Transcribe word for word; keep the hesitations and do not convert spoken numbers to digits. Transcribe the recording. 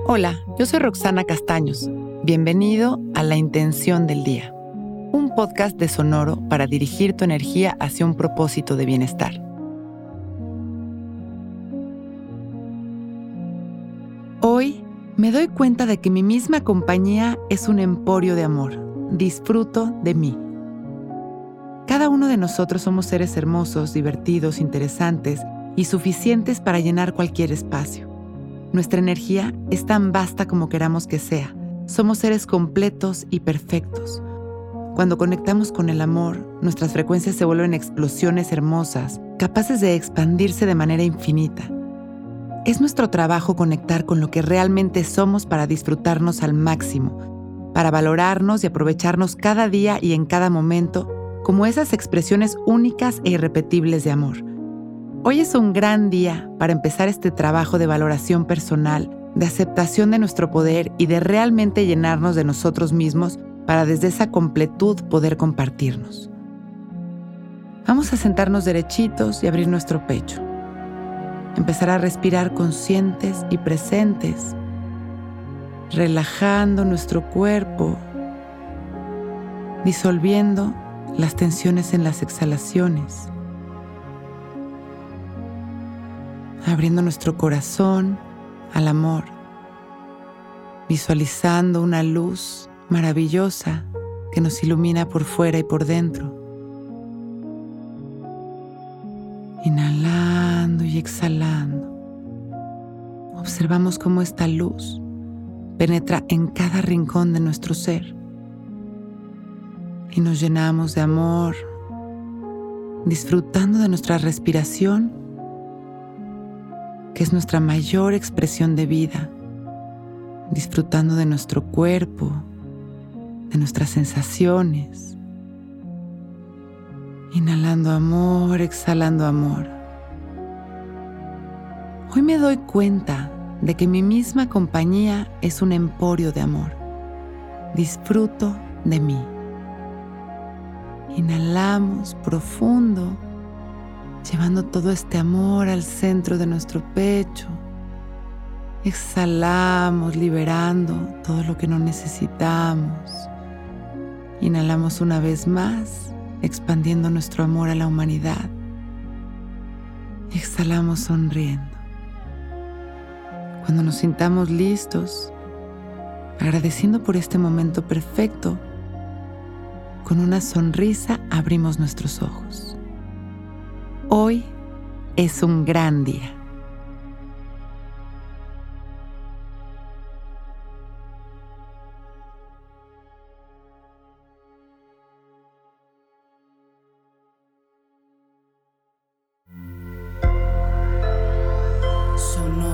Hola, yo soy Roxana Castaños. Bienvenido a La Intención del Día, un podcast de Sonoro para dirigir tu energía hacia un propósito de bienestar. Hoy me doy cuenta de que mi misma compañía es un emporio de amor. Disfruto de mí. Cada uno de nosotros somos seres hermosos, divertidos, interesantes y suficientes para llenar cualquier espacio. Nuestra energía es tan vasta como queramos que sea. Somos seres completos y perfectos. Cuando conectamos con el amor, nuestras frecuencias se vuelven explosiones hermosas, capaces de expandirse de manera infinita. Es nuestro trabajo conectar con lo que realmente somos para disfrutarnos al máximo, para valorarnos y aprovecharnos cada día y en cada momento como esas expresiones únicas e irrepetibles de amor. Hoy es un gran día para empezar este trabajo de valoración personal, de aceptación de nuestro poder y de realmente llenarnos de nosotros mismos para desde esa completud poder compartirnos. Vamos a sentarnos derechitos y abrir nuestro pecho. Empezar a respirar conscientes y presentes, relajando nuestro cuerpo, disolviendo las tensiones en las exhalaciones, abriendo nuestro corazón al amor, visualizando una luz maravillosa que nos ilumina por fuera y por dentro. Inhalando y exhalando, observamos cómo esta luz penetra en cada rincón de nuestro ser y nos llenamos de amor, disfrutando de nuestra respiración, que es nuestra mayor expresión de vida, disfrutando de nuestro cuerpo, de nuestras sensaciones, inhalando amor, exhalando amor. Hoy me doy cuenta de que mi misma compañía es un emporio de amor. Disfruto de mí. Inhalamos profundo, llevando todo este amor al centro de nuestro pecho. Exhalamos, liberando todo lo que no necesitamos. Inhalamos una vez más, expandiendo nuestro amor a la humanidad. Exhalamos sonriendo. Cuando nos sintamos listos, agradeciendo por este momento perfecto, con una sonrisa abrimos nuestros ojos. Hoy es un gran día. Sonoro.